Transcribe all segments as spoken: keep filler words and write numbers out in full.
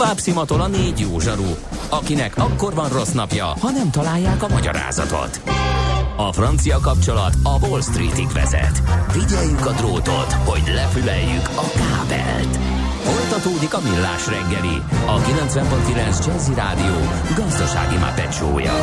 Tovább szimatol a négy jó zsaru, akinek akkor van rossz napja, ha nem találják a magyarázatot. A francia kapcsolat a Wall Streetig vezet. Figyeljük a drótot, hogy lefüleljük a kábelt. Folytatódik a Millás reggeli, a kilencven pont kilenc Jazzy Rádió gazdasági mápecsója.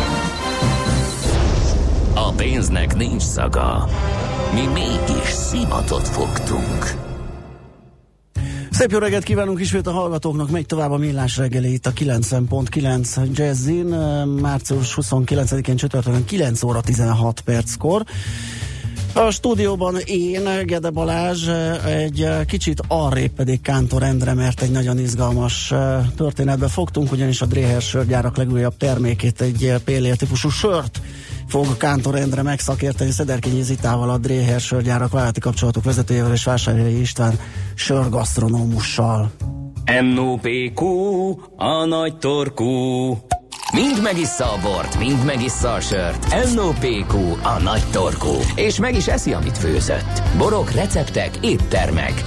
A pénznek nincs szaga. Mi mégis szimatot fogtunk. Szép jó reggelt kívánunk ismét a hallgatóknak, megy tovább a Millás reggeli itt a kilencven pont kilenc Jazzin, március huszonkilencedikén csütörtökön kilenc óra tizenhat perckor. A stúdióban én, Gede Balázs, egy kicsit arrébb pedig Kántor Endre, mert egy nagyon izgalmas történetbe fogtunk, ugyanis a Dréher sörgyárak legújabb termékét, egy Pale Ale típusú sört fog Kántor Endre megszakérteni Szederkényi Zitával, a Dréher sörgyárak vállalati kapcsolatok vezetőjével és Vásárhelyi István sörgasztronómussal. em o pé kú, a nagy torkú. Mind megissza a bort, mind megissza a sört. em o pé kú, a nagy torkú. És meg is eszi, amit főzött. Borok, receptek, éttermek.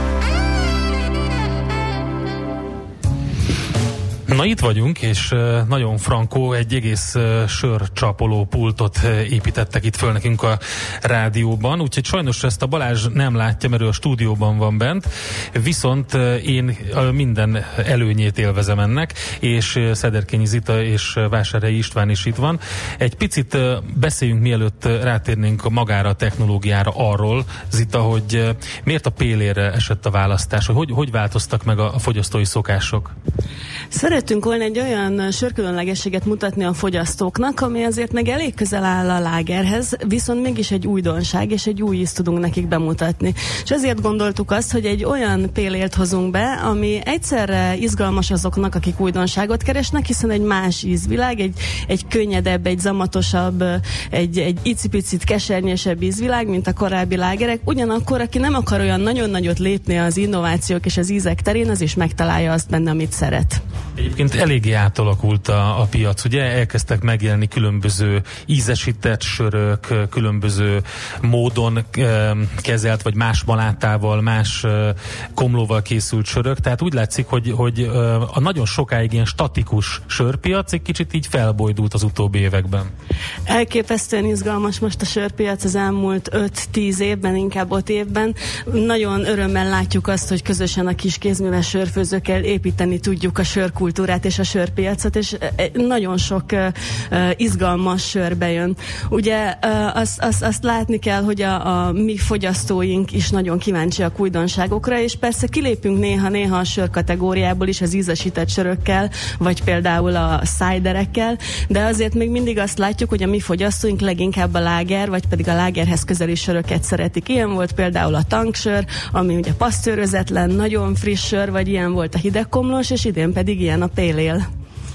Na itt vagyunk, és nagyon frankó, egy egész sörcsapoló pultot építettek itt föl nekünk a rádióban, úgyhogy sajnos ezt a Balázs nem látja, mert ő a stúdióban van bent, viszont én minden előnyét élvezem ennek, és Szederkényi Zita és Vásárhelyi István is itt van. Egy picit beszéljünk, mielőtt rátérnénk magára a technológiára arról, Zita, hogy miért a Pale Ale-re esett a választás, hogy hogy változtak meg a fogyasztói szokások? Szeretünk volna egy olyan sörkülönlegességet mutatni a fogyasztóknak, ami azért meg elég közel áll a lágerhez, viszont mégis egy újdonság, és egy új ízt tudunk nekik bemutatni. És ezért gondoltuk azt, hogy egy olyan Pale Ale-t hozunk be, ami egyszerre izgalmas azoknak, akik újdonságot keresnek, hiszen egy más ízvilág, egy, egy könnyedebb, egy zamatosabb, egy, egy icipicit kesernyesebb ízvilág, mint a korábbi lágerek. Ugyanakkor, aki nem akar olyan nagyon nagyot lépni az innovációk és az ízek terén, az is megtalálja azt benne, amit szeret. Egyébként eléggé átalakult a, a piac, ugye? Elkezdtek megjelenni különböző ízesített sörök, különböző módon e, kezelt, vagy más malátával, más e, komlóval készült sörök, tehát úgy látszik, hogy, hogy e, a nagyon sokáig ilyen statikus sörpiac egy kicsit így felbojdult az utóbbi években. Elképesztően izgalmas most a sörpiac az elmúlt öt-tíz évben, inkább öt évben. Nagyon örömmel látjuk azt, hogy közösen a kis kézműves sörfőzőkkel építeni tudjuk a sörkultúrát és a sörpiacot, és nagyon sok uh, izgalmas sör bejön. Ugye uh, azt, azt, azt látni kell, hogy a, a mi fogyasztóink is nagyon kíváncsiak újdonságokra, és persze kilépünk néha-néha a sör kategóriából is az ízesített sörökkel, vagy például a ciderekkel, de azért még mindig azt látjuk, hogy a mi fogyasztóink leginkább a láger, vagy pedig a lágerhez közeli söröket szeretik. Ilyen volt például a tanksör, ami ugye pasztőrözetlen, nagyon friss sör, vagy ilyen volt a hidegkomlós, és idén pedig ilyen a Pale Ale.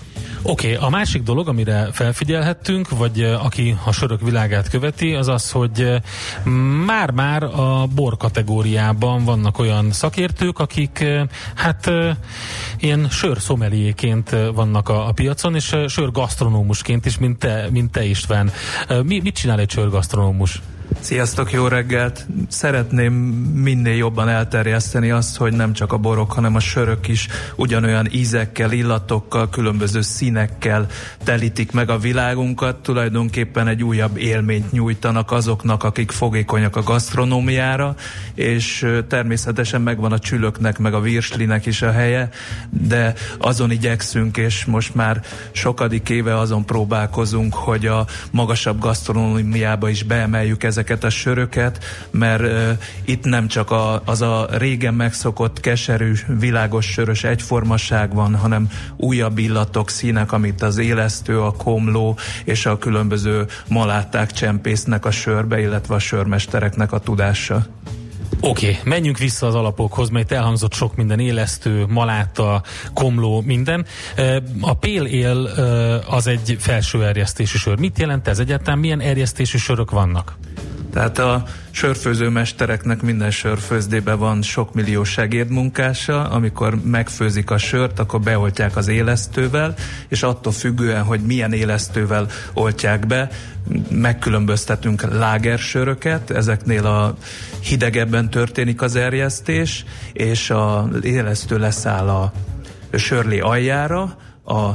Oké, okay, a másik dolog, amire felfigyelhettünk, vagy aki a sörök világát követi, az az, hogy már-már a bor kategóriában vannak olyan szakértők, akik hát ilyen sörszomeliéként vannak a, a piacon, és sörgasztronómusként is, mint te, mint te István. Mi, mit csinál egy sörgasztronómus? Sziasztok, jó reggelt! Szeretném minél jobban elterjeszteni azt, hogy nem csak a borok, hanem a sörök is ugyanolyan ízekkel, illatokkal, különböző színekkel telítik meg a világunkat. Tulajdonképpen egy újabb élményt nyújtanak azoknak, akik fogékonyak a gasztronómiára, és természetesen megvan a csülöknek, meg a virslinek is a helye, de azon igyekszünk, és most már sokadik éve azon próbálkozunk, hogy a magasabb gasztronómiába is beemeljük ezeket a söröket, mert uh, itt nem csak a, az a régen megszokott keserű, világos sörös egyformaság van, hanem újabb illatok, színek, amit az élesztő, a komló és a különböző maláták csempésznek a sörbe, illetve a sörmestereknek a tudása. Oké, okay, menjünk vissza az alapokhoz, mert elhangzott sok minden, élesztő, maláta, komló, minden. A Pale Ale az egy felső erjesztésű sör. Mit jelent ez egyáltalán? Milyen erjesztésű sörök vannak? Tehát a sörfőzőmestereknek minden sörfőzdében van sok millió segédmunkása, amikor megfőzik a sört, akkor beoltják az élesztővel, és attól függően, hogy milyen élesztővel oltják be, megkülönböztetünk lágersöröket, ezeknél a hidegebben történik az erjesztés, és az élesztő leszáll a sörlé aljára, a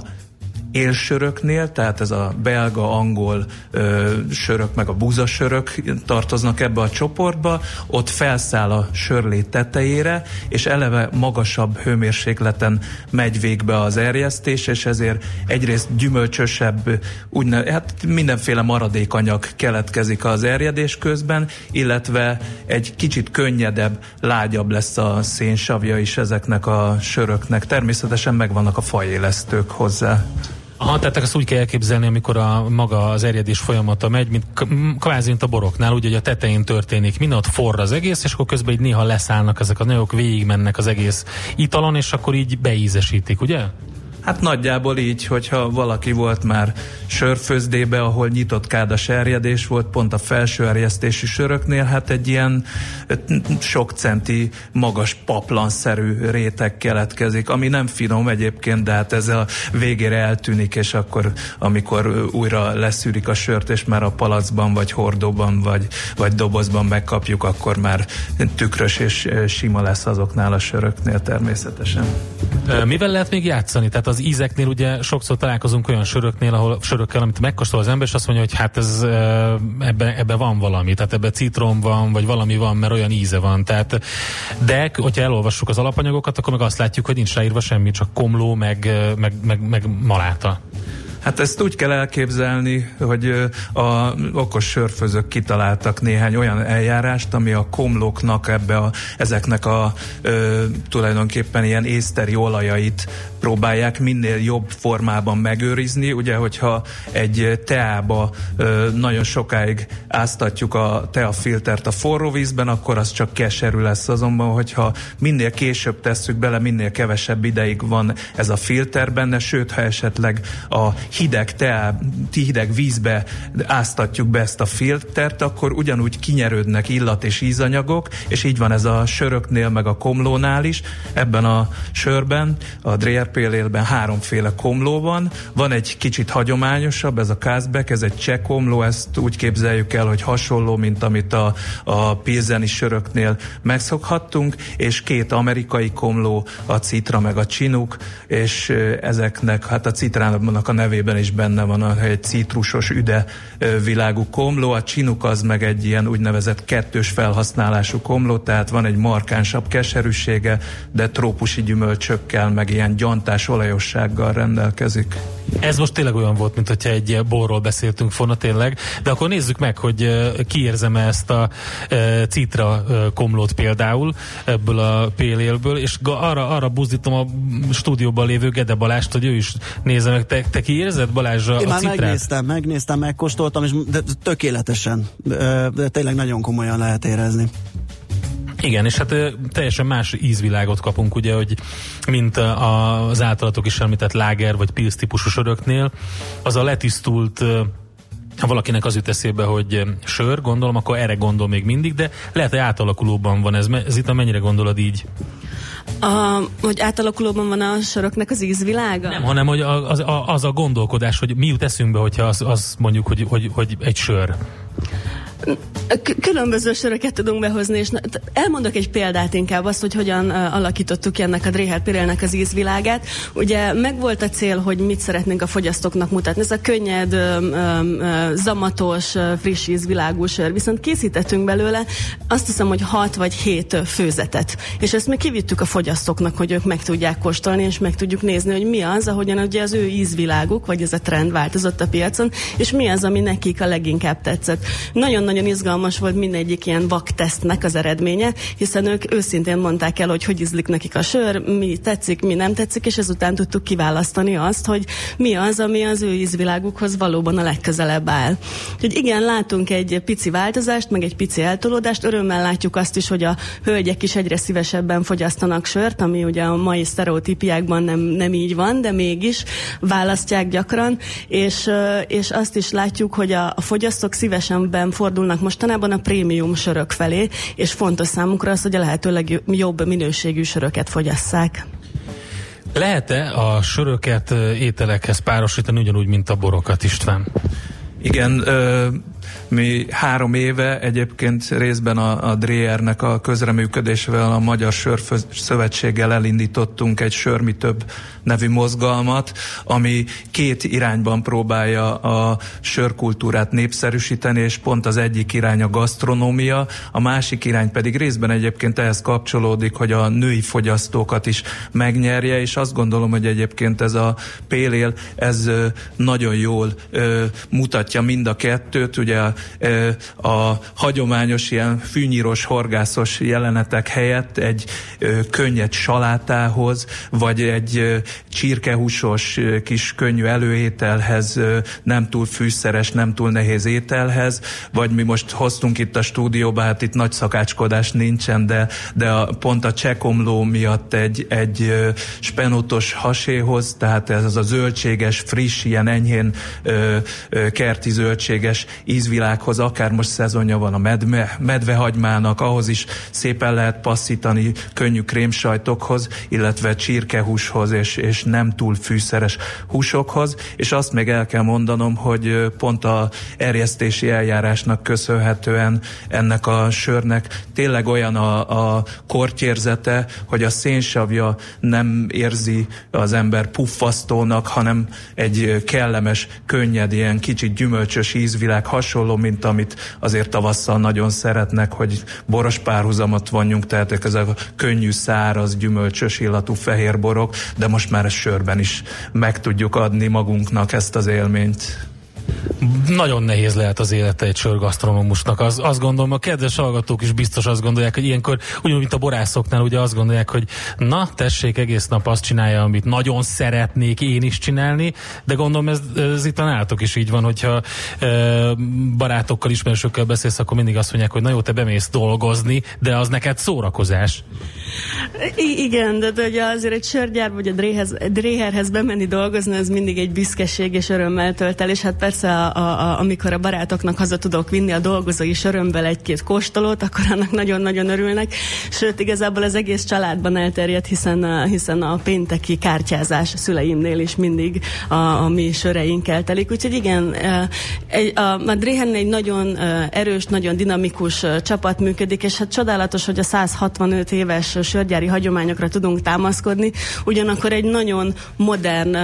élsöröknél, tehát ez a belga, angol ö, sörök, meg a búzasörök tartoznak ebbe a csoportba, ott felszáll a sörlé tetejére, és eleve magasabb hőmérsékleten megy végbe az erjesztés, és ezért egyrészt gyümölcsösebb, úgyne, hát mindenféle maradékanyag keletkezik az erjedés közben, illetve egy kicsit könnyedebb, lágyabb lesz a szénsavja is ezeknek a söröknek. Természetesen megvannak a fajélesztők hozzá. Aha, tehát ezt úgy kell elképzelni, amikor a maga az erjedés folyamata megy, mint kvázi mint a boroknál, úgy, hogy a tetején történik, minden ott forr az egész, és akkor közben így néha leszállnak ezek a nagyok, végigmennek az egész italon, és akkor így beízesítik, ugye? Hát nagyjából így, hogyha valaki volt már sörfőzdébe, ahol nyitott kádas erjedés volt, pont a felső erjesztésű söröknél, hát egy ilyen sok centi magas paplanszerű réteg keletkezik, ami nem finom egyébként, de hát ez a végére eltűnik, és akkor, amikor újra leszűrik a sört, és már a palacban, vagy hordóban, vagy, vagy dobozban megkapjuk, akkor már tükrös és sima lesz azoknál a söröknél természetesen. Mivel lehet még játszani? Tehát az ízeknél ugye sokszor találkozunk olyan söröknél, ahol sörökkel, amit megkóstol az ember, és azt mondja, hogy hát ez ebbe, ebbe van valami, tehát ebbe citrom van, vagy valami van, mert olyan íze van. Tehát, de hogyha elolvassuk az alapanyagokat, akkor meg azt látjuk, hogy nincs ráírva semmi, csak komló, meg, meg, meg, meg maláta. Hát ezt úgy kell elképzelni, hogy a okos sörfőzők kitaláltak néhány olyan eljárást, ami a komlóknak ebbe a, ezeknek a ö, tulajdonképpen ilyen észteri olajait próbálják minél jobb formában megőrizni. Ugye, hogyha egy teába ö, nagyon sokáig áztatjuk a teafiltert a forró vízben, akkor az csak keserű lesz. Azonban, hogyha minél később tesszük bele, minél kevesebb ideig van ez a filter benne, sőt, ha esetleg a hideg teá, hideg vízbe áztatjuk be ezt a filtert, akkor ugyanúgy kinyerődnek illat és ízanyagok, és így van ez a söröknél, meg a komlónál is. Ebben a sörben, a Dreher Pale Ale-ben háromféle komló van. Van egy kicsit hagyományosabb, ez a Kasbek, ez egy cseh komló, ezt úgy képzeljük el, hogy hasonló, mint amit a, a pilzeni söröknél megszokhattunk, és két amerikai komló, a Citra meg a Chinook, és ezeknek, hát a Citrának a nevében is benne van egy citrusos, üde világú komló, a Chinook az meg egy ilyen úgynevezett kettős felhasználású komló, tehát van egy markánsabb keserűsége, de trópusi gyümölcsökkel, meg ilyen gyantás olajossággal rendelkezik. Ez most tényleg olyan volt, mint hogyha egy borról beszéltünk volna tényleg, de akkor nézzük meg, hogy kiérzem ezt a e, Citra komlót például ebből a Pale Ale-ből, és arra, arra buzdítom a stúdióban lévő Gede Balást, hogy ő is nézze meg. Te, te kiérzed, Balázs, a, Én a már citrát? megnéztem, megnéztem, megkóstoltam, és de tökéletesen. De, de tényleg nagyon komolyan lehet érezni. Igen, és hát ö, teljesen más ízvilágot kapunk, ugye, hogy mint a, az általatok is említett láger vagy pilz típusú söröknél, az a letisztult, ö, ha valakinek az jut eszébe, hogy sör, gondolom, akkor erre gondol még mindig, de lehet, hogy átalakulóban van ez. Ez itt mennyire gondolod így? A, hogy átalakulóban van a söröknek az ízvilága? Nem, hanem hogy az, az a gondolkodás, hogy mi jut eszünkbe, hogyha azt az mondjuk, hogy, hogy, hogy egy sör. Különböző söröket tudunk behozni, és elmondok egy példát inkább azt, hogy hogyan uh, alakítottuk ennek a Dreher Pale Ale-nek az ízvilágát. Ugye megvolt a cél, hogy mit szeretnénk a fogyasztóknak mutatni. Ez a könnyed, um, um, zamatos, uh, friss ízvilágú sör. Viszont készítettünk belőle azt hiszem, hogy hat vagy hét főzetet. És ezt mi kivittük a fogyasztóknak, hogy ők meg tudják kóstolni, és meg tudjuk nézni, hogy mi az, ahogyan ugye az ő ízviláguk, vagy ez a trend változott a piacon, és mi az, ami nekik a leginkább tetszett. Nagyon-nagyon izgalmas volt mindegyik ilyen vaktesztnek az eredménye, hiszen ők őszintén mondták el, hogy hogy ízlik nekik a sör, mi tetszik, mi nem tetszik, és ezután tudtuk kiválasztani azt, hogy mi az, ami az ő ízvilágukhoz valóban a legközelebb áll. Úgyhogy igen, látunk egy pici változást, meg egy pici eltolódást, örömmel látjuk azt is, hogy a hölgyek is egyre szívesebben fogyasztanak sört, ami ugye a mai sztereotípiákban nem, nem így van, de mégis választják gyakran, és, és azt is látjuk, hogy a, a fogyasztók szívesebben fordulnak mostanában a prémium sörök felé, és fontos számukra az, hogy a lehető legjobb minőségű söröket fogyasszák. Lehet-e a söröket ételekhez párosítani ugyanúgy, mint a borokat, István? Igen, ö, Mi három éve egyébként részben a, a Drehernek a közreműködésével a Magyar Sörszövetséggel elindítottunk egy Sör mi több nevű mozgalmat, ami két irányban próbálja a sörkultúrát népszerűsíteni, és pont az egyik irány a gasztronómia, a másik irány pedig részben egyébként ehhez kapcsolódik, hogy a női fogyasztókat is megnyerje, és azt gondolom, hogy egyébként ez a pale ale, ez nagyon jól mutatja mind a kettőt, ugye a, a hagyományos ilyen fűnyíros, horgászos jelenetek helyett egy könnyed salátához, vagy egy csirkehúsos kis könnyű előételhez, nem túl fűszeres, nem túl nehéz ételhez, vagy mi most hoztunk itt a stúdióba, hát itt nagy szakácskodás nincsen, de, de a, pont a csekomló miatt egy, egy spenótos haséhoz, tehát ez az a zöldséges, friss, ilyen enyhén ö, ö, kerti zöldséges ízvilághoz, akár most szezonja van a medve, medvehagymának, ahhoz is szépen lehet passzítani könnyű krémsajtokhoz, illetve csirkehúshoz, és, és nem túl fűszeres húsokhoz, és azt még el kell mondanom, hogy pont a erjesztési eljárásnak köszönhetően ennek a sörnek tényleg olyan a, a kortyérzete, hogy a szénsavja nem érzi az ember puffasztónak, hanem egy kellemes, könnyed, ilyen kicsit gyümölcsös ízvilág, hasonló, mint amit azért tavasszal nagyon szeretnek, hogy boros párhuzamot vonjunk, tehát ez a könnyű, száraz, gyümölcsös illatú fehér borok, de most már sörben is meg tudjuk adni magunknak ezt az élményt. Nagyon nehéz lehet az élete egy sörgasztronómusnak. Az, azt gondolom, a kedves hallgatók is biztos azt gondolják, hogy ilyenkor, ugyanúgy, mint a borászoknál, ugye azt gondolják, hogy na, tessék, egész nap azt csinálja, amit nagyon szeretnék én is csinálni, de gondolom ez, ez itt a nálatok is így van, hogyha e, barátokkal, ismerősökkel beszélsz, akkor mindig azt mondják, hogy na jó, te bemész dolgozni, de az neked szórakozás. I- igen, de, de ugye azért egy sörgyár vagy a Dreherhez bemenni dolgozni, ez mindig egy büszkeség és örömmel tölt el, és hát persze a, a, a, amikor a barátoknak haza tudok vinni a dolgozói sörömből egy-két kóstolót, akkor annak nagyon-nagyon örülnek, sőt igazából az egész családban elterjedt, hiszen a, hiszen a pénteki kártyázás a szüleimnél is mindig a, a mi söreinkkel telik, úgyhogy igen, a, a, a Drehernél egy nagyon erős, nagyon dinamikus csapat működik, és hát csodálatos, hogy a száz hatvanöt éves sörgyári hagyományokra tudunk támaszkodni, ugyanakkor egy nagyon modern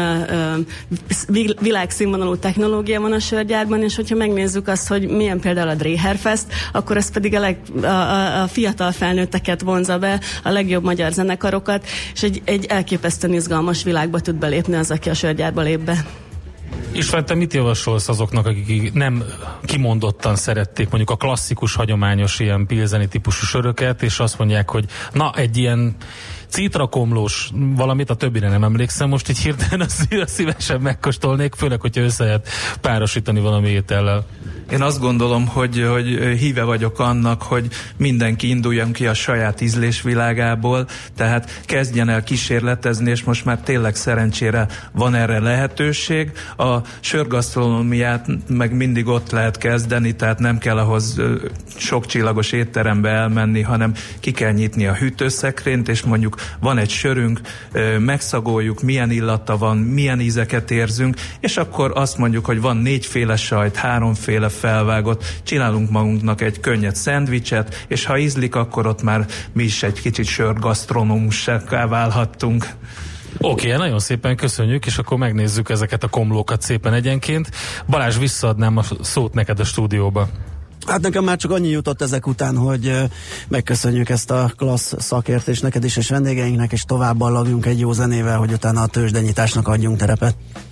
világszínvonalú technológia van a sörgyárban, és hogyha megnézzük azt, hogy milyen például a Dreherfest, akkor ez pedig a, leg, a, a, a fiatal felnőtteket vonza be, a legjobb magyar zenekarokat, és egy, egy elképesztően izgalmas világba tud belépni az, aki a sörgyárba lép be. István, te mit javasolsz azoknak, akik nem kimondottan szerették mondjuk a klasszikus, hagyományos ilyen pilzeni típusú söröket, és azt mondják, hogy na, egy ilyen citrakomlós valamit, a többire nem emlékszem, most így hirtelen azt szívesen megkóstolnék, főleg, hogyha össze lehet párosítani valami étellel. Én azt gondolom, hogy, hogy híve vagyok annak, hogy mindenki induljon ki a saját ízlésvilágából, tehát kezdjen el kísérletezni, és most már tényleg szerencsére van erre lehetőség. A sörgasztronómiát meg mindig ott lehet kezdeni, tehát nem kell ahhoz sok csillagos étterembe elmenni, hanem ki kell nyitni a hűtőszekrényt, és mondjuk van egy sörünk, megszagoljuk, milyen illata van, milyen ízeket érzünk, és akkor azt mondjuk, hogy van négyféle sajt, háromféle felvágott, csinálunk magunknak egy könnyed szendvicset, és ha ízlik, akkor ott már mi is egy kicsit sörgasztronómussáká válhattunk. Oké, okay, nagyon szépen köszönjük, és akkor megnézzük ezeket a komlókat szépen egyenként. Balázs, visszaadnám a szót neked a stúdióba. Hát nekem már csak annyi jutott ezek után, hogy megköszönjük ezt a klassz szakértést neked is, és vendégeinknek, és tovább ballagjunk egy jó zenével, hogy utána a tőzsdenyításnak adjunk terepet.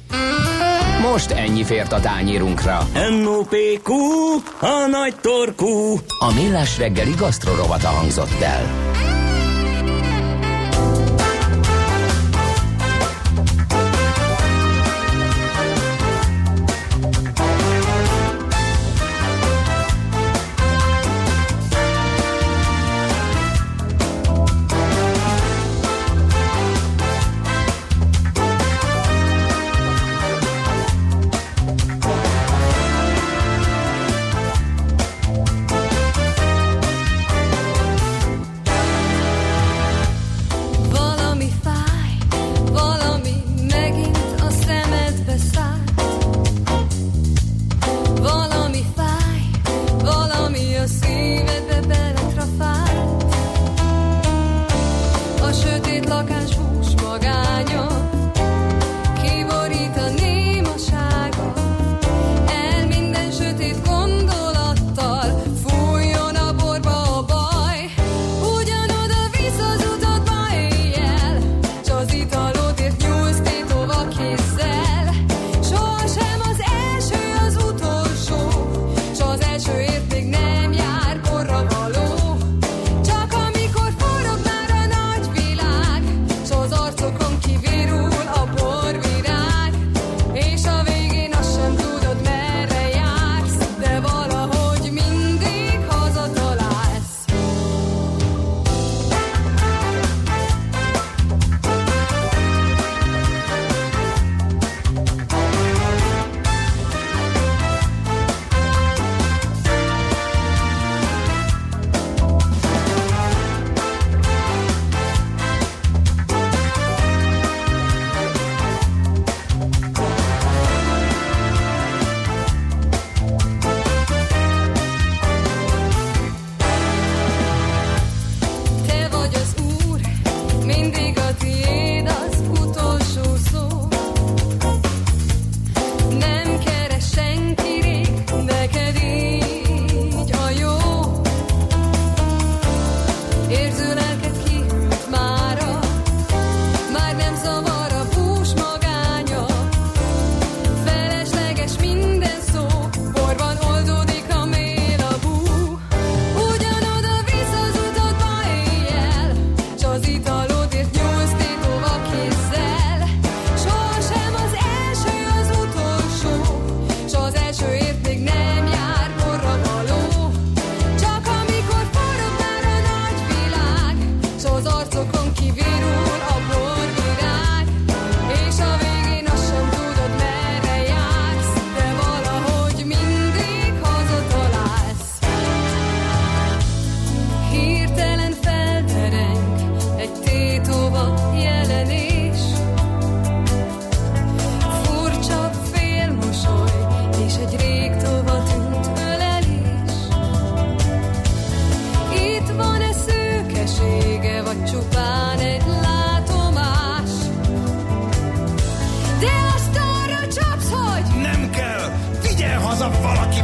Most ennyi fért a tányérunkra. em o pé kú, a nagy torkú. A Millás reggeli gasztrorovata hangzott el.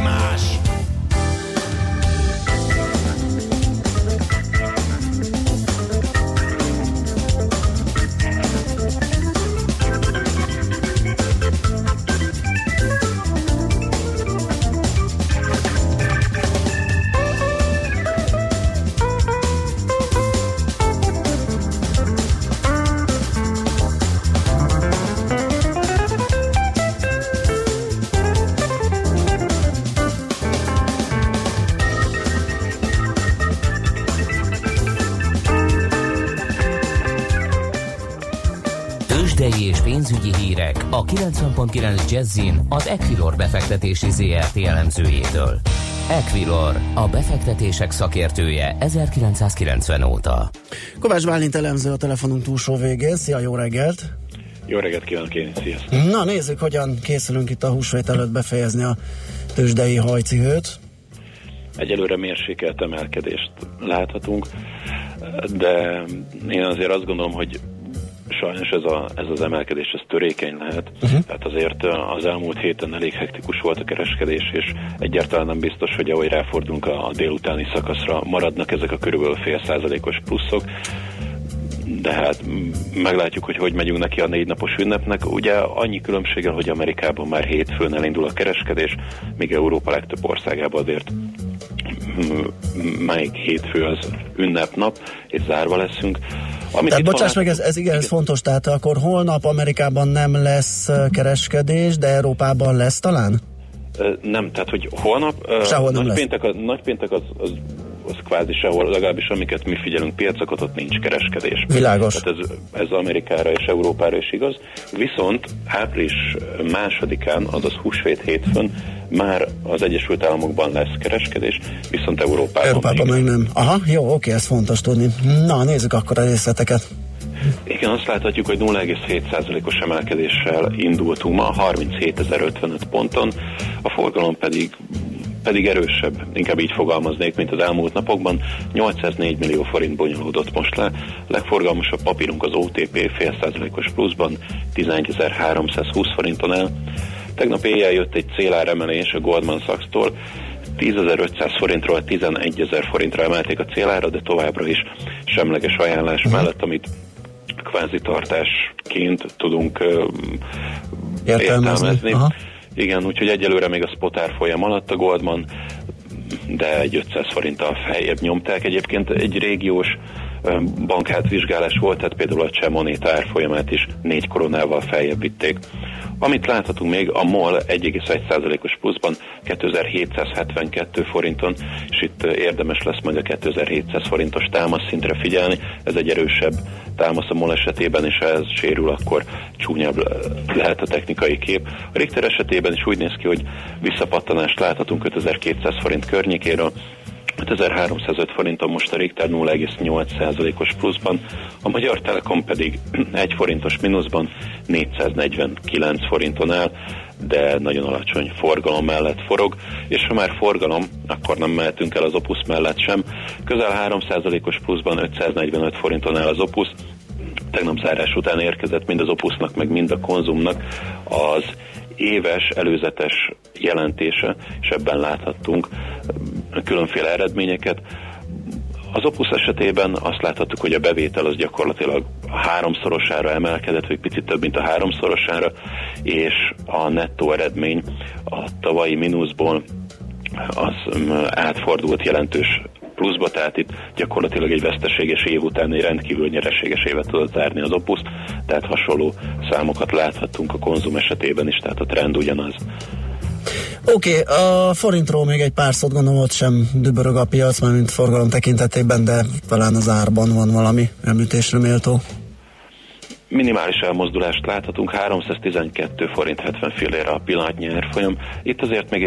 más. Tőzsdei és pénzügyi hírek a kilencven pont kilenc Jazzin az Equilor befektetési zé er té elemzőjétől. Equilor, a befektetések szakértője ezerkilencszázkilencven óta. Kovács Bálint elemző a telefonunk túlsó végén. Szia, jó reggelt! Jó reggelt kívánok én, sziasztok! Na nézzük, hogyan készülünk itt a húsvét előtt befejezni a tőzsdei hajcihőt. Egyelőre mérsékelt emelkedést láthatunk, de én azért azt gondolom, hogy sajnos ez, a, ez az emelkedés, ez törékeny lehet. Uh-huh. Tehát azért az elmúlt héten elég hektikus volt a kereskedés, és egyáltalán nem biztos, hogy ahogy ráfordulunk a, a délutáni szakaszra, maradnak ezek a körülbelül fél százalékos pluszok. De hát meglátjuk, hogy hogy megyünk neki a négy napos ünnepnek. Ugye annyi különbséggel, hogy Amerikában már hétfőn elindul a kereskedés, míg Európa legtöbb országában azért melyik hétfő az ünnepnap, és zárva leszünk. Amit tehát bocsáss meg, ez, ez igen, ez fontos, tehát akkor holnap Amerikában nem lesz kereskedés, de Európában lesz talán? Nem, tehát hogy holnap sehol nem lesz. Nagypéntek az, nagypéntek az, az, az kvázi sehol, legalábbis amiket mi figyelünk piacokat, ott nincs kereskedés. Világos. Tehát ez, ez Amerikára és Európára is igaz. Viszont április másodikán, azaz húsvét hétfőn már az Egyesült Államokban lesz kereskedés, viszont Európában, Európában még nem. Aha, jó, oké, ez fontos tudni. Na, nézzük akkor a részleteket. Igen, azt láthatjuk, hogy nulla egész hét százalékos emelkedéssel indultunk ma, harminchétezer-ötvenöt ponton, a forgalom pedig pedig erősebb, inkább így fogalmaznék, mint az elmúlt napokban. nyolcszáznégy millió forint bonyolódott most le. Legforgalmasabb papírunk az o té pé fél százalékos pluszban tizenegyezer-háromszázhúsz forinton el. Tegnap éjjel jött egy céláremelés a Goldman Sachs-tól, tízezer-ötszáz forintról tizenegyezer forintra emelték a célára, de továbbra is semleges ajánlás uh-huh. mellett, amit kvázi tartásként tudunk uh, értelmezni. értelmezni. Igen, úgyhogy egyelőre még a spot árfolyam alatt a Goldman, de egy ötszáz forinttal feljebb nyomták. Egyébként egy régiós bankátvizsgálás volt, tehát például a Cseh Monéta árfolyamát is négy koronával feljebb vitték. Amit láthatunk még, a MOL egy egész egy százalékos pluszban kétezer-hétszázhetvenkettő forinton, és itt érdemes lesz majd a kétezer-hétszáz forintos támaszszintre figyelni. Ez egy erősebb támasz a MOL esetében, és ha ez sérül, akkor csúnyább lehet a technikai kép. A Richter esetében is úgy néz ki, hogy visszapattanást láthatunk ötezer-kétszáz forint környékéről, ötezer-háromszázöt forinton most a Richter nulla egész nyolc százalékos pluszban, a Magyar Telekom pedig egy forintos mínuszban négyszáznegyvenkilenc forinton áll, de nagyon alacsony forgalom mellett forog, és ha már forgalom, akkor nem mehetünk el az Opus mellett sem. Közel három százalékos pluszban ötszáznegyvenöt forinton áll az Opus, tegnap zárás után érkezett mind az Opusnak, meg mind a Konzumnak az éves előzetes jelentése, és ebben láthattunk különféle eredményeket. Az Opus esetében azt láthattuk, hogy a bevétel az gyakorlatilag háromszorosára emelkedett, vagy picit több, mint a háromszorosára, és a nettó eredmény a tavalyi mínuszból az átfordult jelentős pluszba, tehát itt gyakorlatilag egy veszteséges év után egy rendkívül nyereséges évet tudott zárni az Opus, tehát hasonló számokat láthattunk a Konzum esetében is, tehát a trend ugyanaz. Oké, okay, a forintról még egy pár szót, gondolom, ott sem dübörög a piac, már mint forgalom tekintetében, de talán az árban van valami említésre méltó. Minimális elmozdulást láthatunk, háromszáztizenkettő forint hetven fillére a pillanatnyi árfolyam. Itt azért még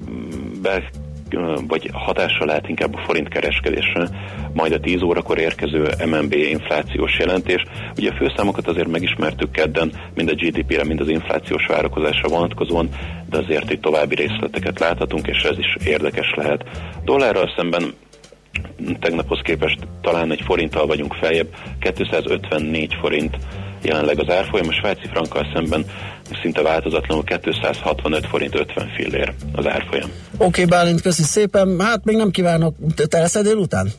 be vagy hatással lehet inkább a forint kereskedésre, majd a tíz órakor érkező em en bé inflációs jelentés. Ugye a főszámokat azért megismertük kedden, mind a gé dé pére, mind az inflációs várakozásra vonatkozóan, de azért itt további részleteket láthatunk, és ez is érdekes lehet. Dollárral szemben tegnaphoz képest talán egy forinttal vagyunk feljebb, kétszázötvennégy forint jelenleg az árfolyam, a svájci frankkal szemben szinte változatlanul kétszázhatvanöt forint ötven fillér az árfolyam. Oké, okay, Bálint, köszi szépen. Hát még nem kívánok. Te leszed délután?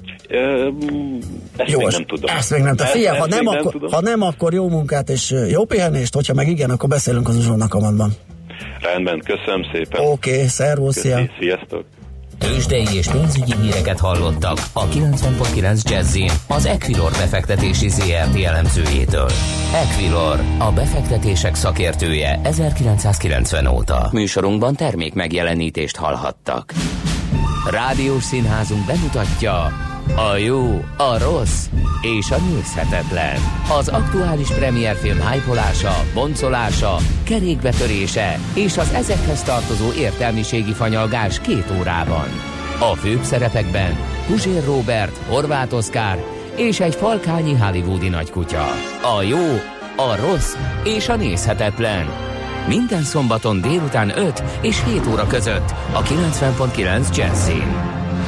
Ezt jó, még nem tudom. Ezt még nem tudom. Figyelj, ha nem, akkor, nem ha nem, akkor jó munkát és jó pihenést, hogyha meg igen, akkor beszélünk az Uzsónak kamatban. Rendben, köszönöm szépen. Oké, okay, szervusz, szia. Sziasztok. Tőzsdei és pénzügyi híreket hallottak a kilencven pont kilenc Jazzin az Equilor befektetési zé er té elemzőjétől. Equilor, a befektetések szakértője ezerkilencszázkilencven óta. Műsorunkban termék megjelenítést hallhattak. Rádiós színházunk bemutatja a jó, a rossz és a nézhetetlen. Az aktuális premierfilm hype-olása, boncolása, kerékbetörése és az ezekhez tartozó értelmiségi fanyalgás két órában. A főbb szerepekben Puzsér Róbert, Horváth Oszkár és egy falkányi hollywoodi nagykutya. A jó, a rossz és a nézhetetlen. Minden szombaton délután öt és hét óra között a kilencven pont kilenc Jazzin.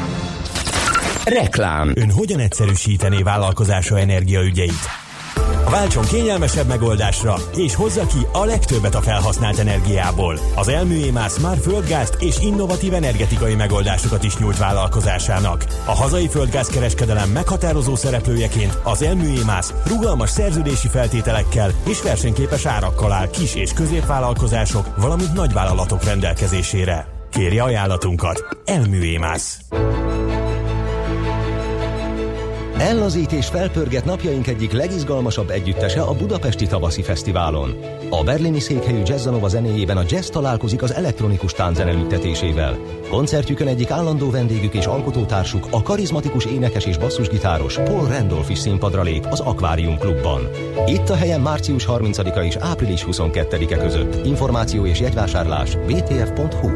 Reklám. Ön hogyan egyszerűsítené vállalkozása energiaügyeit? Váltson kényelmesebb megoldásra, és hozza ki a legtöbbet a felhasznált energiából. Az Elmű-Émász már földgázt és innovatív energetikai megoldásokat is nyújt vállalkozásának. A hazai földgázkereskedelem meghatározó szereplőjeként az Elmű-Émász rugalmas szerződési feltételekkel és versenyképes árakkal áll kis- és középvállalkozások, valamint nagyvállalatok rendelkezésére. Kérje ajánlatunkat! Elmű-Émász. Ellazít és felpörget napjaink egyik legizgalmasabb együttese a Budapesti Tavaszi Fesztiválon. A berlini székhelyű Jazzanova zenéjében a jazz találkozik az elektronikus tánzene lüktetésével. Koncertjükön egyik állandó vendégük és alkotótársuk, a karizmatikus énekes és basszusgitáros Paul Randolph is színpadra lép az Aquarium Klubban. Itt a helyen március harmincadika és április huszonkettedike között. Információ és jegyvásárlás bé té ef pont hú.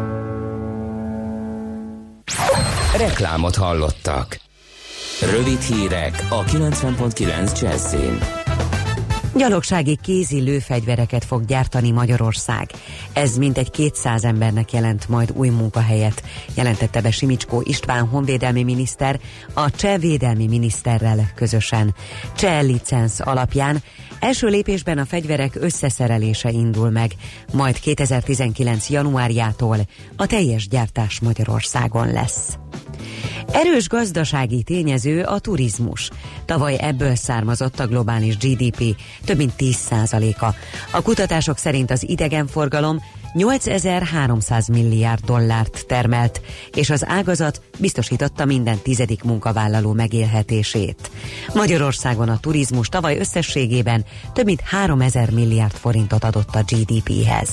Reklámot hallottak. Rövid hírek a kilencven pont kilenc Jazzin. Gyalogsági kézi lőfegyvereket fog gyártani Magyarország. Ez mintegy kétszáz embernek jelent majd új munkahelyet, jelentette be Simicskó István honvédelmi miniszter a cseh védelmi miniszterrel közösen. Cseh licenc alapján első lépésben a fegyverek összeszerelése indul meg, majd kétezer-tizenkilenc januárjától a teljes gyártás Magyarországon lesz. Erős gazdasági tényező a turizmus. Tavaly ebből származott a globális gé dé pé több mint tíz százaléka. A kutatások szerint az idegenforgalom nyolcezer-háromszáz milliárd dollárt termelt, és az ágazat biztosította minden tizedik munkavállaló megélhetését. Magyarországon a turizmus tavaly összességében több mint háromezer milliárd forintot adott a gé dé péhez.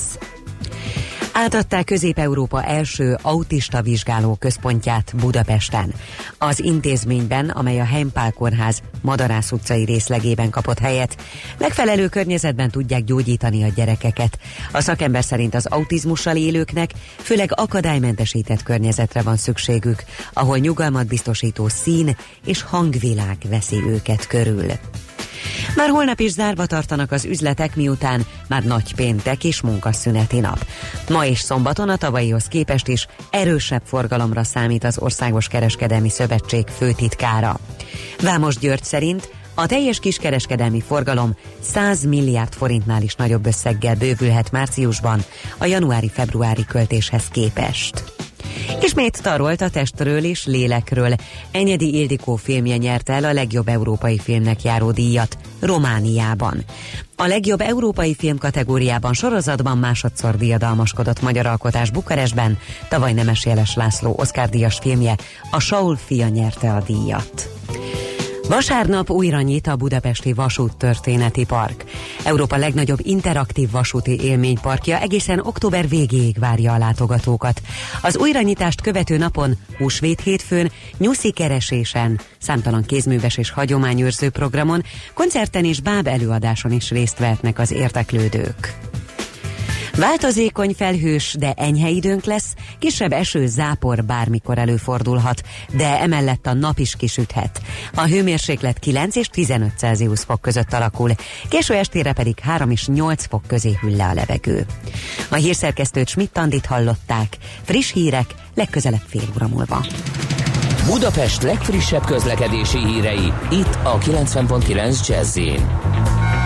Átadták Közép-Európa első autista vizsgáló központját Budapesten. Az intézményben, amely a Heimpál kórház Madarász utcai részlegében kapott helyet, megfelelő környezetben tudják gyógyítani a gyerekeket. A szakember szerint az autizmussal élőknek főleg akadálymentesített környezetre van szükségük, ahol nyugalmat biztosító szín és hangvilág veszi őket körül. Már holnap is zárva tartanak az üzletek, miután már nagy péntek és munkaszüneti nap. Ma és szombaton a tavalyihoz képest is erősebb forgalomra számít az Országos Kereskedelmi Szövetség főtitkára. Vámos György szerint a teljes kiskereskedelmi forgalom száz milliárd forintnál is nagyobb összeggel bővülhet márciusban a januári-februári költéshez képest. Ismét tarolt a testről és lélekről. Enyedi Ildikó filmje nyerte el a legjobb európai filmnek járó díjat Romániában. A legjobb európai film kategóriában sorozatban másodszor diadalmaskodott magyar alkotás Bukarestben, tavaly Nemes Jeles László Oscar-díjas filmje, a Saul fia nyerte a díjat. Vasárnap újra nyit a budapesti vasúttörténeti park. Európa legnagyobb interaktív vasúti élményparkja egészen október végéig várja a látogatókat. Az újranyitást követő napon, húsvét hétfőn, nyuszi keresésen, számtalan kézműves és hagyományőrző programon, koncerten és báb előadáson is részt vehetnek az érdeklődők. Változékony, felhős, de enyhe időnk lesz, kisebb eső, zápor bármikor előfordulhat, de emellett a nap is kisüthet. A hőmérséklet kilenc és tizenöt Celsius fok között alakul, késő estére pedig három és nyolc fok közé hűl le a levegő. A hírszerkesztőt Schmidt-Andit hallották, friss hírek legközelebb fél óra múlva. Budapest legfrissebb közlekedési hírei, itt a kilencven pont kilenc Jazz-in.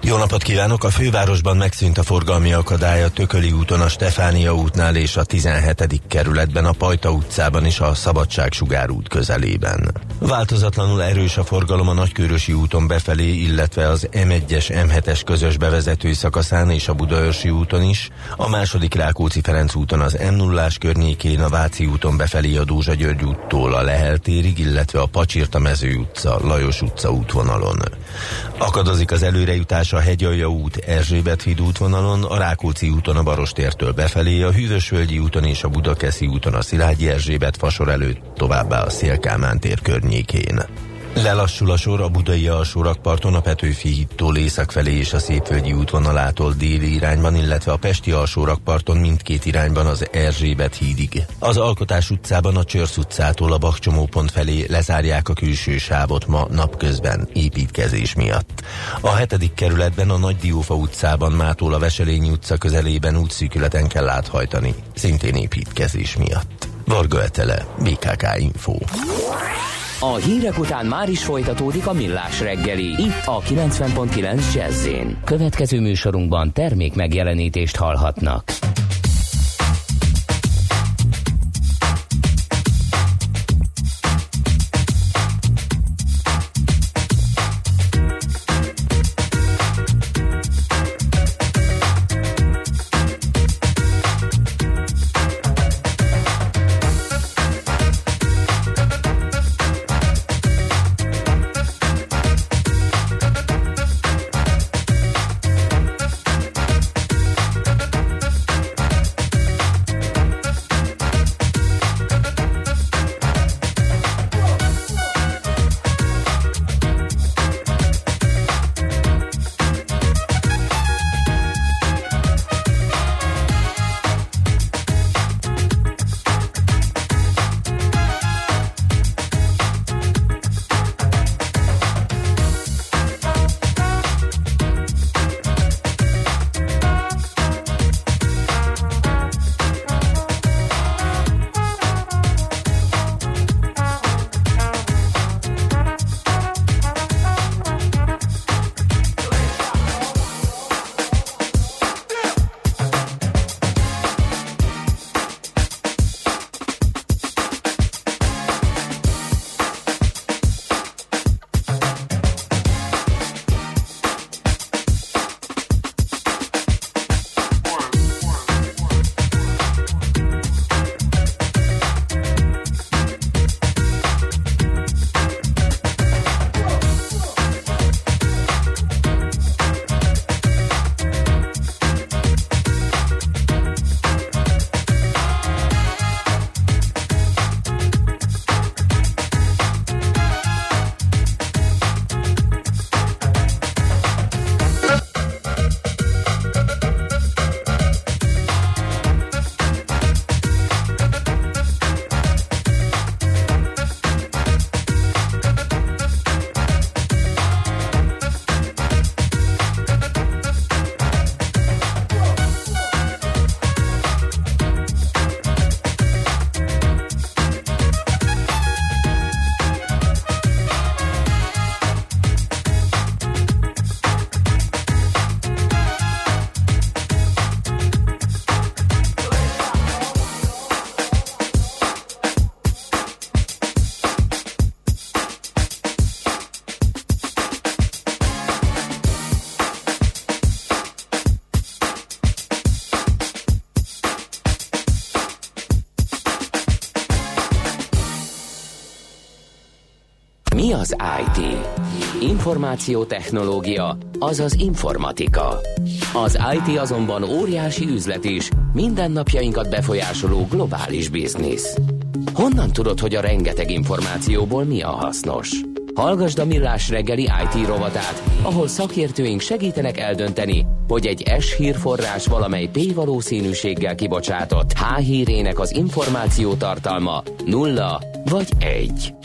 Jó napot kívánok! A fővárosban megszűnt a forgalmi akadály a Tököli úton, a Stefánia útnál és a tizenhetedik kerületben, a Pajta utcában és a Szabadságsugár út közelében. Változatlanul erős a forgalom a Nagykőrösi úton befelé, illetve az em egyes em hetes közös bevezető szakaszán és a Budaörsi úton is, a második Rákóczi-Ferenc úton az em nullás környékén, a Váci úton befelé a Dózsa György úttól a Lehel térig, illetve a Pacsirta-Mező utca, Lajos utca útvonalon. Akadozik az előrejutás a Hegyalja út, Erzsébet híd útvonalon, a Rákóczi úton a Barostértől befelé, a Hűvösvölgyi úton és a Budakeszi úton a Szilágyi Erzsébet fasor előtt, továbbá a Széll-Kálmán tér környékén. Lelassul a sor a budai alsórakparton, a Petőfi hídtól észak felé és a Szépvölgyi útvonalától déli irányban, illetve a pesti alsórakparton mindkét irányban az Erzsébet hídig. Az Alkotás utcában a Csörsz utcától a Bach csomópont felé lezárják a külső sávot ma napközben építkezés miatt. A hetedik kerületben a Nagy Diófa utcában mától a Veselényi utca közelében útszűkületen kell áthajtani, szintén építkezés miatt. Varga Etele, bé ká ká Info. A hírek után már is folytatódik a Millás reggeli, itt a kilencven pont kilenc Jazz-én. Következő műsorunkban termék megjelenítést hallhatnak. Mi az i té? Információtechnológia, azaz informatika. Az i té azonban óriási üzlet is, mindennapjainkat befolyásoló globális biznisz. Honnan tudod, hogy a rengeteg információból mi a hasznos? Hallgasd a Millás reggeli i té rovatát, ahol szakértőink segítenek eldönteni, hogy egy S hírforrás valamely P valószínűséggel kibocsátott H hírének az információ tartalma nulla vagy egy.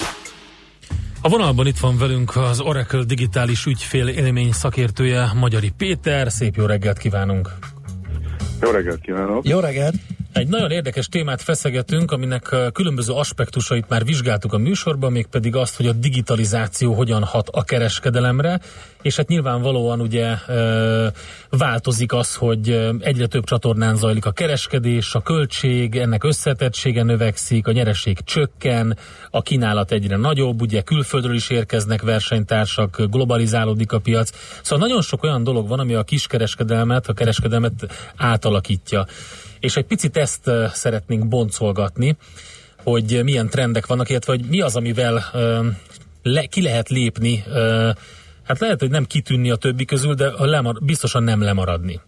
A vonalban itt van velünk az Oracle digitális ügyfél élmény szakértője, Magyari Péter. Szép jó reggelt kívánunk! Jó reggelt kívánok! Jó reggelt! Egy nagyon érdekes témát feszegetünk, aminek különböző aspektusait már vizsgáltuk a műsorban, mégpedig azt, hogy a digitalizáció hogyan hat a kereskedelemre, és hát nyilvánvalóan ugye változik az, hogy egyre több csatornán zajlik a kereskedés, a költség, ennek összetettsége növekszik, a nyereség csökken, a kínálat egyre nagyobb, ugye külföldről is érkeznek versenytársak, globalizálódik a piac. Szóval nagyon sok olyan dolog van, ami a kiskereskedelmet, a kereskedelmet átalakítja. És egy picit ezt szeretnénk boncolgatni, hogy milyen trendek vannak, illetve hogy mi az, amivel uh, le, ki lehet lépni, uh, hát lehet, hogy nem kitűnni a többi közül, de lemar- biztosan nem lemaradni.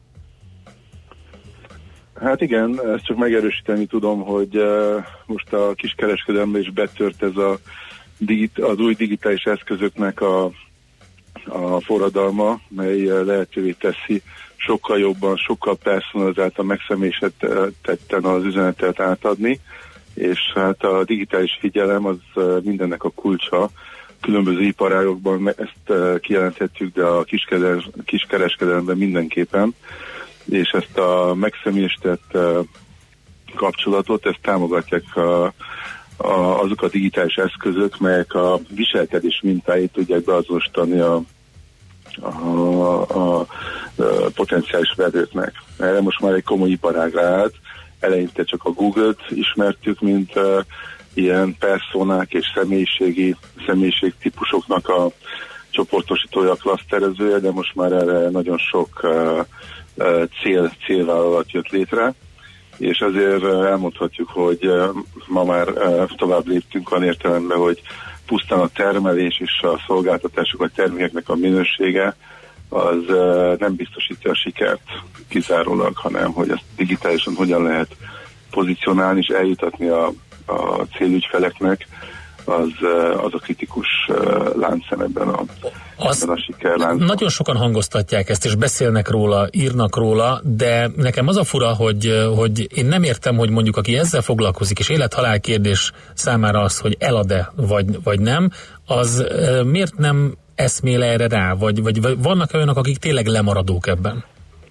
Hát igen, ezt csak megerősíteni tudom, hogy uh, most a kiskereskedelemben is betört ez a digit- az új digitális eszközöknek a, a forradalma, mely lehetővé teszi sokkal jobban, sokkal personalizáltan, megszemélyesítetten az üzenetet átadni, és hát a digitális figyelem az mindennek a kulcsa. Különböző iparágokban ezt kijelenthetjük, de a kiskereskedelemben mindenképpen, és ezt a megszemélyesített kapcsolatot, ezt támogatják a, a, azok a digitális eszközök, melyek a viselkedés mintáit tudják beazonosítani a A, a, a potenciális vevőknek. Erre most már egy komoly iparágra állt. Eleinte csak a Google-t ismertük, mint uh, ilyen personák és személyiségi személyiségtípusoknak a csoportosítója, klaszterezője, de most már erre nagyon sok uh, uh, cél, célvállalat jött létre, és azért uh, elmondhatjuk, hogy uh, ma már uh, tovább léptünk olyan értelemben, hogy pusztán a termelés és a szolgáltatások, a termékeknek a minősége az uh, nem biztosítja a sikert kizárólag, hanem hogy ezt digitálisan hogyan lehet pozícionálni és eljutatni a, a célügyfeleknek, az, uh, az a kritikus uh, láncszem ebben a, ebben a sikerláncban. Nagyon sokan hangoztatják ezt, és beszélnek róla, írnak róla, de nekem az a fura, hogy, hogy én nem értem, hogy mondjuk aki ezzel foglalkozik, és élet-halál kérdés számára az, hogy elad-e, vagy, vagy nem, az uh, miért nem eszmél erre rá, vagy, vagy, vagy vannak olyanok, akik tényleg lemaradók ebben?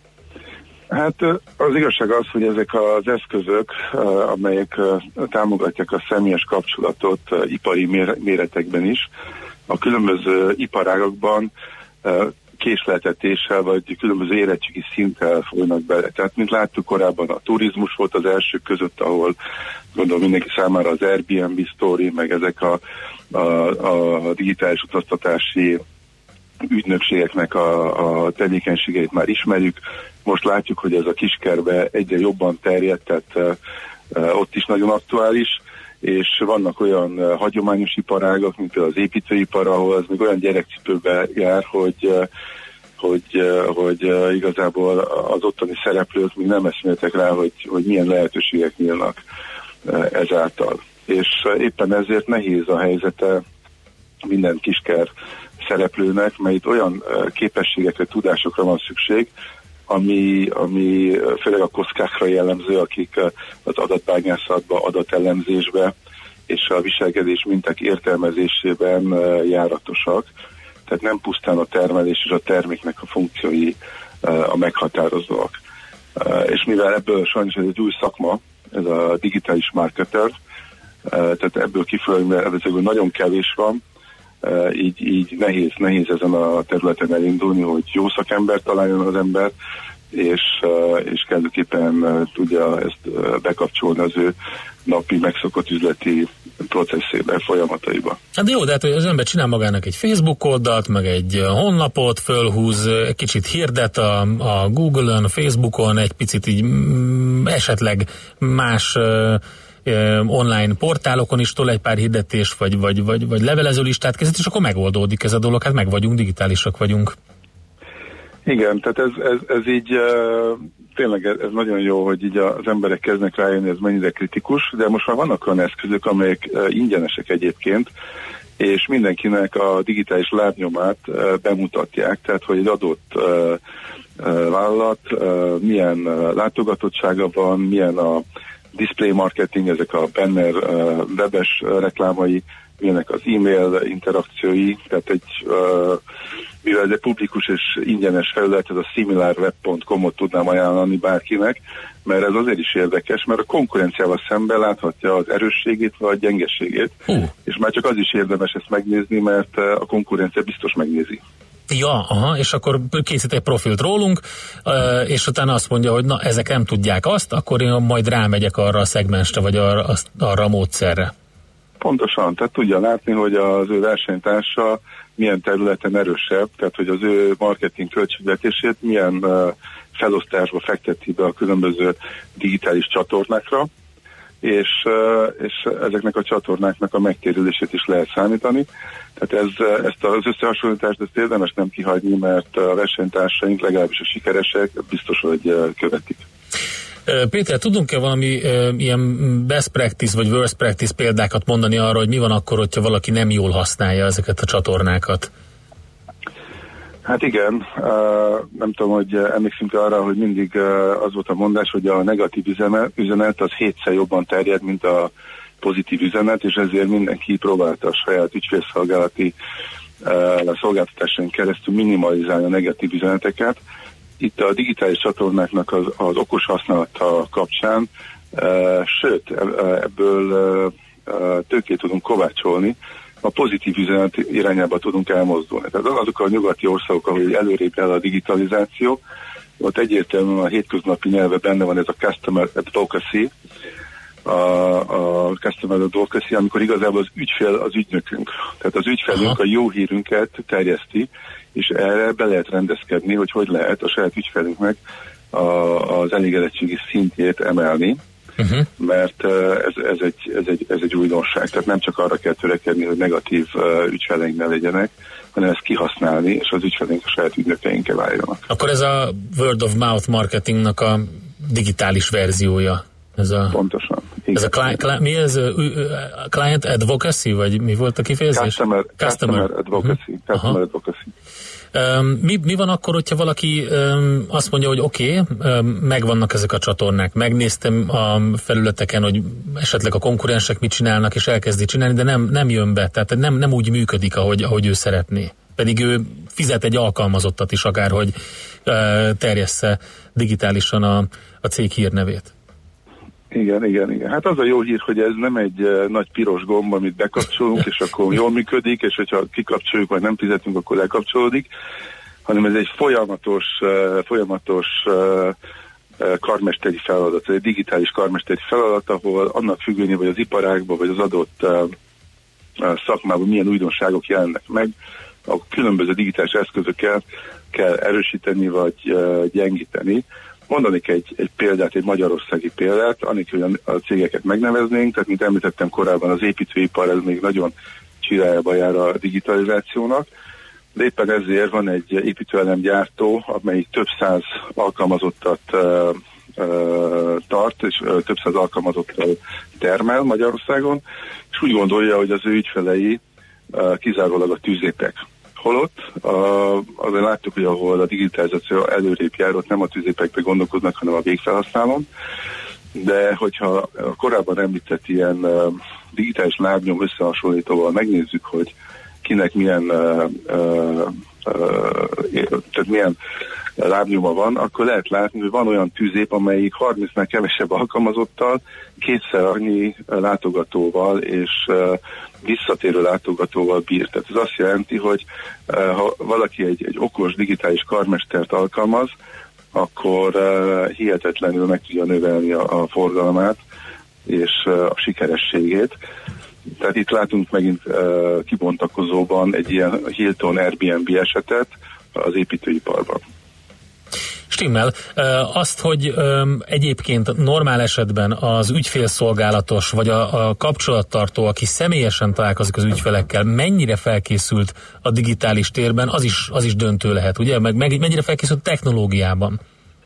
Hát az igazság az, hogy ezek az eszközök, amelyek támogatják a személyes kapcsolatot ipari méretekben is, a különböző iparágakban késleltetéssel vagy különböző érettségi szinttel folynak bele. Tehát, mint láttuk korábban, a turizmus volt az elsők között, ahol gondolom mindenki számára az Airbnb sztori, meg ezek a, a, a digitális utaztatási ügynökségeknek a, a tevékenységeit már ismerjük. Most látjuk, hogy ez a kiskerbe egyre jobban terjedt, tehát e, e, ott is nagyon aktuális, és vannak olyan e, hagyományos iparágak, mint például az építőipar, ahol az még olyan gyerekcipőbe jár, hogy, e, hogy, e, hogy e, igazából az ottani szereplők még nem eszméltek rá, hogy, hogy milyen lehetőségek nyílnak e, ezáltal. És e, éppen ezért nehéz a helyzete minden kisker szereplőnek, mert itt olyan e, képességekre, tudásokra van szükség, ami, ami főleg a kockákra jellemző, akik az adatbányászatba, adatellemzésbe és a viselkedés minták értelmezésében járatosak. Tehát nem pusztán a termelés és a terméknek a funkciói a meghatározóak. És mivel ebből sajnos ez egy új szakma, ez a digitális marketer, tehát ebből kifolyólag nagyon kevés van, így, így nehéz, nehéz ezen a területen elindulni, hogy jó szakembert találjon az ember, és, és kellőképpen tudja ezt bekapcsolni az ő napi megszokott üzleti processzébe, folyamataiba. Hát jó, de hát az ember csinál magának egy Facebook oldalt, meg egy honlapot, fölhúz, egy kicsit hirdet a, a Google-ön, a Facebookon, egy picit így mm, esetleg más online portálokon is tol egy pár hirdetést, vagy, vagy, vagy, vagy levelező listát kezdett, és akkor megoldódik ez a dolog, hát meg vagyunk, digitálisak vagyunk. Igen, tehát ez, ez, ez így uh, tényleg ez, ez nagyon jó, hogy így az emberek kezdnek rájönni, ez mennyire kritikus, de most már vannak olyan eszközök, amelyek uh, ingyenesek egyébként, és mindenkinek a digitális lábnyomát uh, bemutatják, tehát hogy egy adott uh, uh, vállalat uh, milyen uh, látogatottsága van, milyen a display marketing, ezek a banner uh, webes uh, reklámai, milyenek az e-mail interakciói, tehát egy uh, mivel ez egy publikus és ingyenes felület, ez a similarweb pont com-ot tudnám ajánlani bárkinek, mert ez azért is érdekes, mert a konkurenciával szemben láthatja az erősségét vagy gyengeségét, uh. és már csak az is érdemes ezt megnézni, mert a konkurencia biztos megnézi. Ja, aha, és akkor készít egy profilt rólunk, és utána azt mondja, hogy na, ezek nem tudják azt, akkor én majd rámegyek arra a szegmensre, vagy arra, arra a módszerre. Pontosan, tehát tudja látni, hogy az ő versenytársa milyen területen erősebb, tehát hogy az ő marketing költségvetését milyen uh, felosztásba fekteti be a különböző digitális csatornákra, és, uh, és ezeknek a csatornáknak a megtérülését is lehet számítani. Tehát ez, ezt az összehasonlítást ezt érdemes nem kihagyni, mert a versenytársaink, legalábbis a sikeresek biztos, hogy uh, követik. Péter, tudunk-e valami e, ilyen best practice vagy worst practice példákat mondani arra, hogy mi van akkor, hogyha valaki nem jól használja ezeket a csatornákat? Hát igen, uh, nem tudom, hogy emlékszünk arra, hogy mindig uh, az volt a mondás, hogy a negatív üzenet, üzenet az hétszer jobban terjed, mint a pozitív üzenet, és ezért mindenki próbálta a saját ügyfélszolgálati uh, szolgáltatáson keresztül minimalizálni a negatív üzeneteket. Itt a digitális csatornáknak az, az okos használata kapcsán, uh, sőt, ebből uh, tőkét tudunk kovácsolni, a pozitív üzenet irányába tudunk elmozdulni. Tehát azok a nyugati országok, ahol előrébb el a digitalizáció, ott egyértelműen a hétköznapi nyelve benne van ez a customer advocacy, a, a customer advocacy, amikor igazából az ügyfél az ügynökünk. Tehát az ügyfelünk a jó hírünket terjeszti, és erre be lehet rendezkedni, hogy hogy lehet a saját ügyfelünknek a, az elégedettségi szintjét emelni, uh-huh. mert ez, ez, egy, ez, egy, ez egy újdonság. Tehát nem csak arra kell törekedni, hogy negatív ügyfeleink ne legyenek, hanem ezt kihasználni, és az ügyfeleink a saját ügynökeinkkel váljanak. Akkor ez a word of mouth marketingnak a digitális verziója. Ez a, Pontosan. Ez a cli- cli- mi ez? A client advocacy, vagy mi volt a kifejezés? Customer, customer, customer advocacy. Uh-huh. Customer advocacy. Um, mi, mi van akkor, hogyha valaki um, azt mondja, hogy oké, okay, um, megvannak ezek a csatornák, megnéztem a felületeken, hogy esetleg a konkurensek mit csinálnak, és elkezdi csinálni, de nem, nem jön be, tehát nem, nem úgy működik, ahogy, ahogy ő szeretné. Pedig ő fizet egy alkalmazottat is akár, hogy uh, terjessze digitálisan a, a cég hírnevét. Igen, igen, igen. Hát az a jó hír, hogy ez nem egy uh, nagy piros gomb, amit bekapcsolunk, és akkor jól működik, és hogyha kikapcsoljuk, vagy nem fizetünk, akkor lekapcsolódik, hanem ez egy folyamatos, uh, folyamatos uh, uh, karmesteri feladat, egy digitális karmesteri feladat, ahol annak függvényében, vagy az iparágban, vagy az adott uh, uh, szakmában milyen újdonságok jelennek meg, a különböző digitális eszközöket kell erősíteni, vagy uh, gyengíteni. Mondanék egy, egy példát, egy magyarországi példát, anélkül, hogy a cégeket megneveznénk, tehát mint említettem korábban, az építőipar ez még nagyon csirájába jár a digitalizációnak, de éppen ezért van egy építőelemgyártó, amelyik több száz alkalmazottat uh, uh, tart, és uh, több száz alkalmazottal termel Magyarországon, és úgy gondolja, hogy az ő ügyfelei uh, kizárólag a tűzépek. Holott uh, azért láttuk, hogy ahol a digitalizáció előrébb jár, ott nem a tűzépekbe gondolkoznak, hanem a végfelhasználón. De hogyha a korábban említett ilyen uh, digitális lábnyom összehasonlítóval megnézzük, hogy kinek milyen, uh, uh, uh, tehát milyen lábnyoma van, akkor lehet látni, hogy van olyan tűzép, amelyik harmincnál kevesebb alkalmazottal, kétszer annyi látogatóval és uh, visszatérő látogatóval bír. Tehát ez azt jelenti, hogy uh, ha valaki egy, egy okos digitális karmestert alkalmaz, akkor uh, hihetetlenül meg tudja növelni a, a forgalmát és uh, a sikerességét. Tehát itt látunk megint uh, kibontakozóban egy ilyen Hilton Airbnb esetet az építőiparban. Stimmel. Azt, hogy egyébként normál esetben az ügyfélszolgálatos, vagy a, a kapcsolattartó, aki személyesen találkozik az ügyfelekkel, mennyire felkészült a digitális térben, az is, az is döntő lehet, ugye? Meg, meg mennyire felkészült technológiában?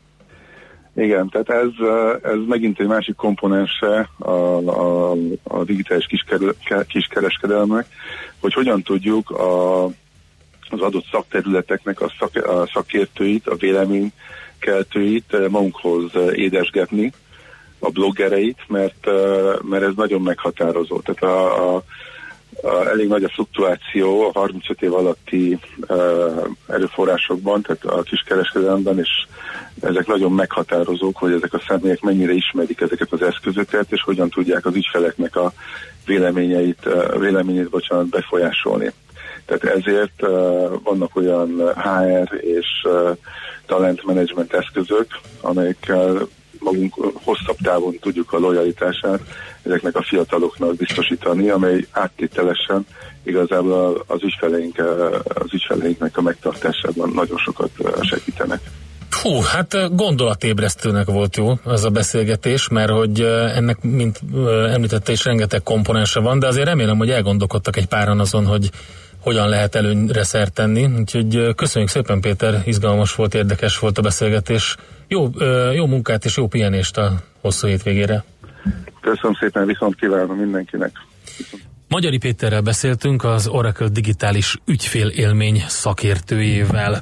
Igen, tehát ez, ez megint egy másik komponense a, a, a digitális kiskereskedelmek, hogy hogyan tudjuk a, az adott szakterületeknek a, szak, a szakértőit, a véleménykeltőit magunkhoz édesgetni, a bloggereit, mert, mert ez nagyon meghatározó. Tehát a, a, a, elég nagy a fluktuáció a harmincöt év alatti uh, erőforrásokban, tehát a kiskereskedelemben, és ezek nagyon meghatározók, hogy ezek a személyek mennyire ismerik ezeket az eszközöket, és hogyan tudják az ügyfeleknek a véleményeit, uh, véleményét bocsánat, befolyásolni. Tehát ezért uh, vannak olyan há er és uh, talentmenedzsment eszközök, amelyekkel magunk hosszabb távon tudjuk a lojalitását ezeknek a fiataloknak biztosítani, amely áttételesen igazából az ügyfeleink, az ügyfeleinknek a megtartásában nagyon sokat segítenek. Hú, hát gondolatébresztőnek volt jó az a beszélgetés, mert hogy ennek, mint említette is, rengeteg komponense van, de azért remélem, hogy elgondolkodtak egy páran azon, hogy hogyan lehet előnyre szert tenni. Úgyhogy köszönjük szépen, Péter, izgalmas volt, érdekes volt a beszélgetés. Jó, jó munkát és jó pihenést a hosszú hétvégére. Köszönöm szépen, viszont kívánom mindenkinek. Viszont. Magyari Péterrel beszéltünk, az Oracle digitális ügyfélélmény szakértőjével.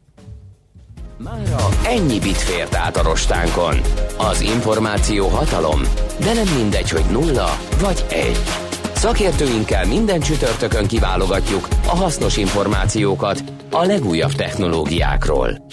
Mára ennyi bit fért át a rostánkon. Az információ hatalom, de nem mindegy, hogy nulla vagy egy. Szakértőinkkel minden csütörtökön kiválogatjuk a hasznos információkat a legújabb technológiákról.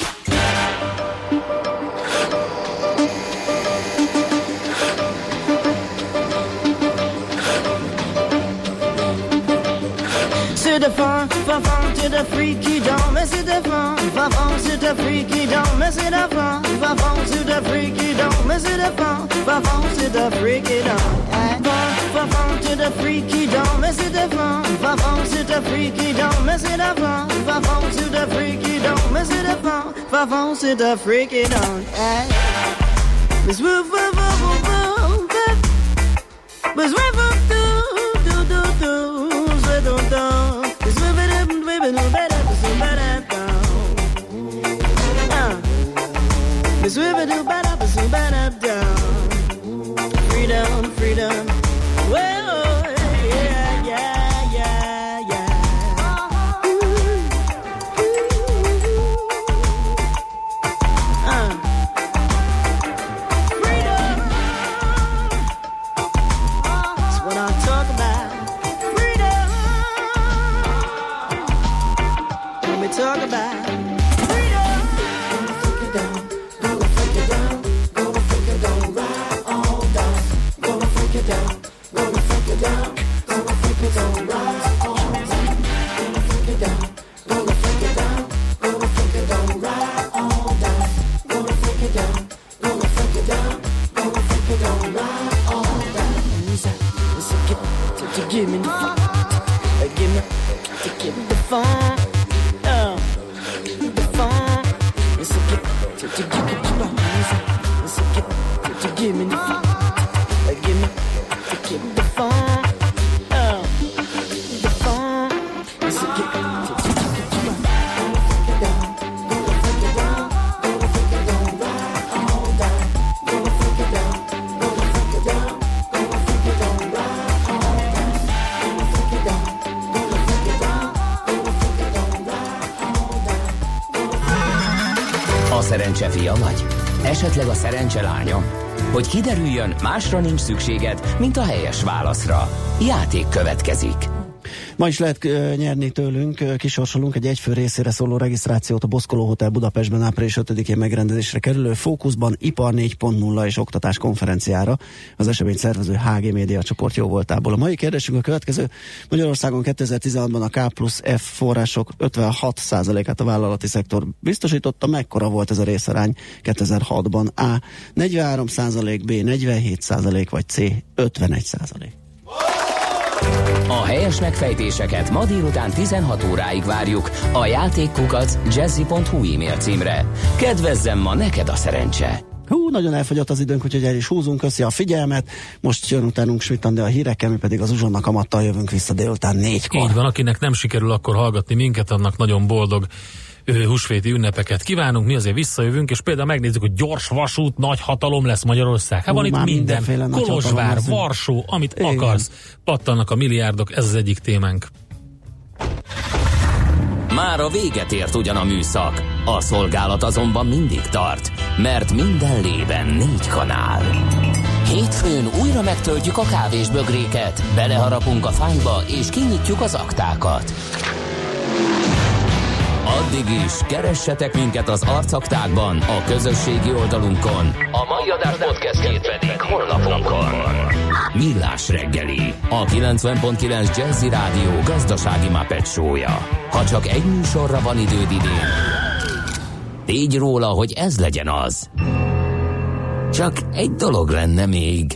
C'est de fun, fun, fun, c'est de freaky dome, mais c'est de fun, fun, fun, c'est de freaky dome, mais c'est de fun, fun, fun, c'est de freaky dome, mais c'est de fun, fun, fun, c'est de freaky dome, fun, fun, c'est de freaky dome, mais c'est de fun, fun, fun, c'est de freaky dome, mais c'est de fun, fun, fun, c'est de freaky dome, mais c'est de fun, fun, fun, c'est de freaky dome, Miss Woo Woo Woo Woo Woo, Miss Woo Woo Woo Do Do Do, Sweet Do Do. Freedom, freedom. Well, yeah, yeah, yeah, yeah. Uh. Freedom. That's what I talk about. Freedom. When we talk about freedom. Freak it down, gonna freak it down, gonna freak it down, right on down. Gonna freak it down, gonna freak it down, gonna freak it down, right on down. Gonna freak it down, gonna freak it down, gonna freak it down, right on down. Gonna freak it down, gonna freak it down, gonna freak it down, right on down. Listen, listen, give, to, to give me the fun, uh, give me, to give me the fun, uh, the fun. Listen, give, to, to give me the fun, listen, listen, give, to, to give me the fun. Give me, give me the fun, uh, the fun. It's a give, to, to, to, to, to, gonna freak it down, gonna freak it down, gonna freak it down, right on down. Gonna freak it down, gonna freak it down, gonna freak it down, right on down. Gonna freak it down, gonna freak it down, gonna freak it down, right on down. A szerencse fia vagy? Esetleg a szerencse lánya? Hogy kiderüljön, másra nincs szükséged, mint a helyes válaszra. Játék következik. Ma is lehet uh, nyerni tőlünk, uh, kisorsolunk egy egyfő részére szóló regisztrációt a Boszkoló Hotel Budapestben április ötödikén megrendezésre kerülő Fókuszban Ipar négy pont nulla és oktatás konferenciára. Az esemény szervező há gé Média csoport jó voltából. A mai kérdésünk a következő: Magyarországon kétezer-tizenhatban a K plusz F források ötvenhat százalékát a vállalati szektor biztosította. Mekkora volt ez a részarány kétezer-hatban? A. negyvenhárom százalék, B. negyvenhét százalék, vagy C. ötvenegy százalék. A helyes megfejtéseket ma délután tizenhat óráig várjuk a játékkukac jazzy pont hu e-mail címre. Kedvezzem ma neked a szerencse! Hú, nagyon elfogyott az időnk, úgyhogy el is húzunk, köszi a figyelmet. Most jön utánunk Schmidt-Andi a hírekkel, mi pedig az Uzsonna Kamattal jövünk vissza délután négykor. Így van, akinek nem sikerül akkor hallgatni minket, annak nagyon boldog húsvéti ünnepeket kívánunk, mi azért visszajövünk, és például megnézzük, hogy gyors vasút, nagy hatalom lesz Magyarország. Hát van itt minden, Kolozsvár, Varsó, amit igen. akarsz, pattannak a milliárdok, ez az egyik témánk. Már a véget ért ugyan a műszak, a szolgálat azonban mindig tart, mert minden lében négy kanál. Hétfőn újra megtöltjük a kávésbögréket, beleharapunk a fányba, és kinyitjuk az aktákat. Addig is, keressetek minket az arcaktákban, a közösségi oldalunkon. A mai adás podcastjét pedig honlapunkon. Millás reggeli, a kilencven pont kilenc Jazzy Rádió gazdasági Muppet show-ja. Ha csak egy műsorra van időd idén, tégy róla, hogy ez legyen az. Csak egy dolog lenne még.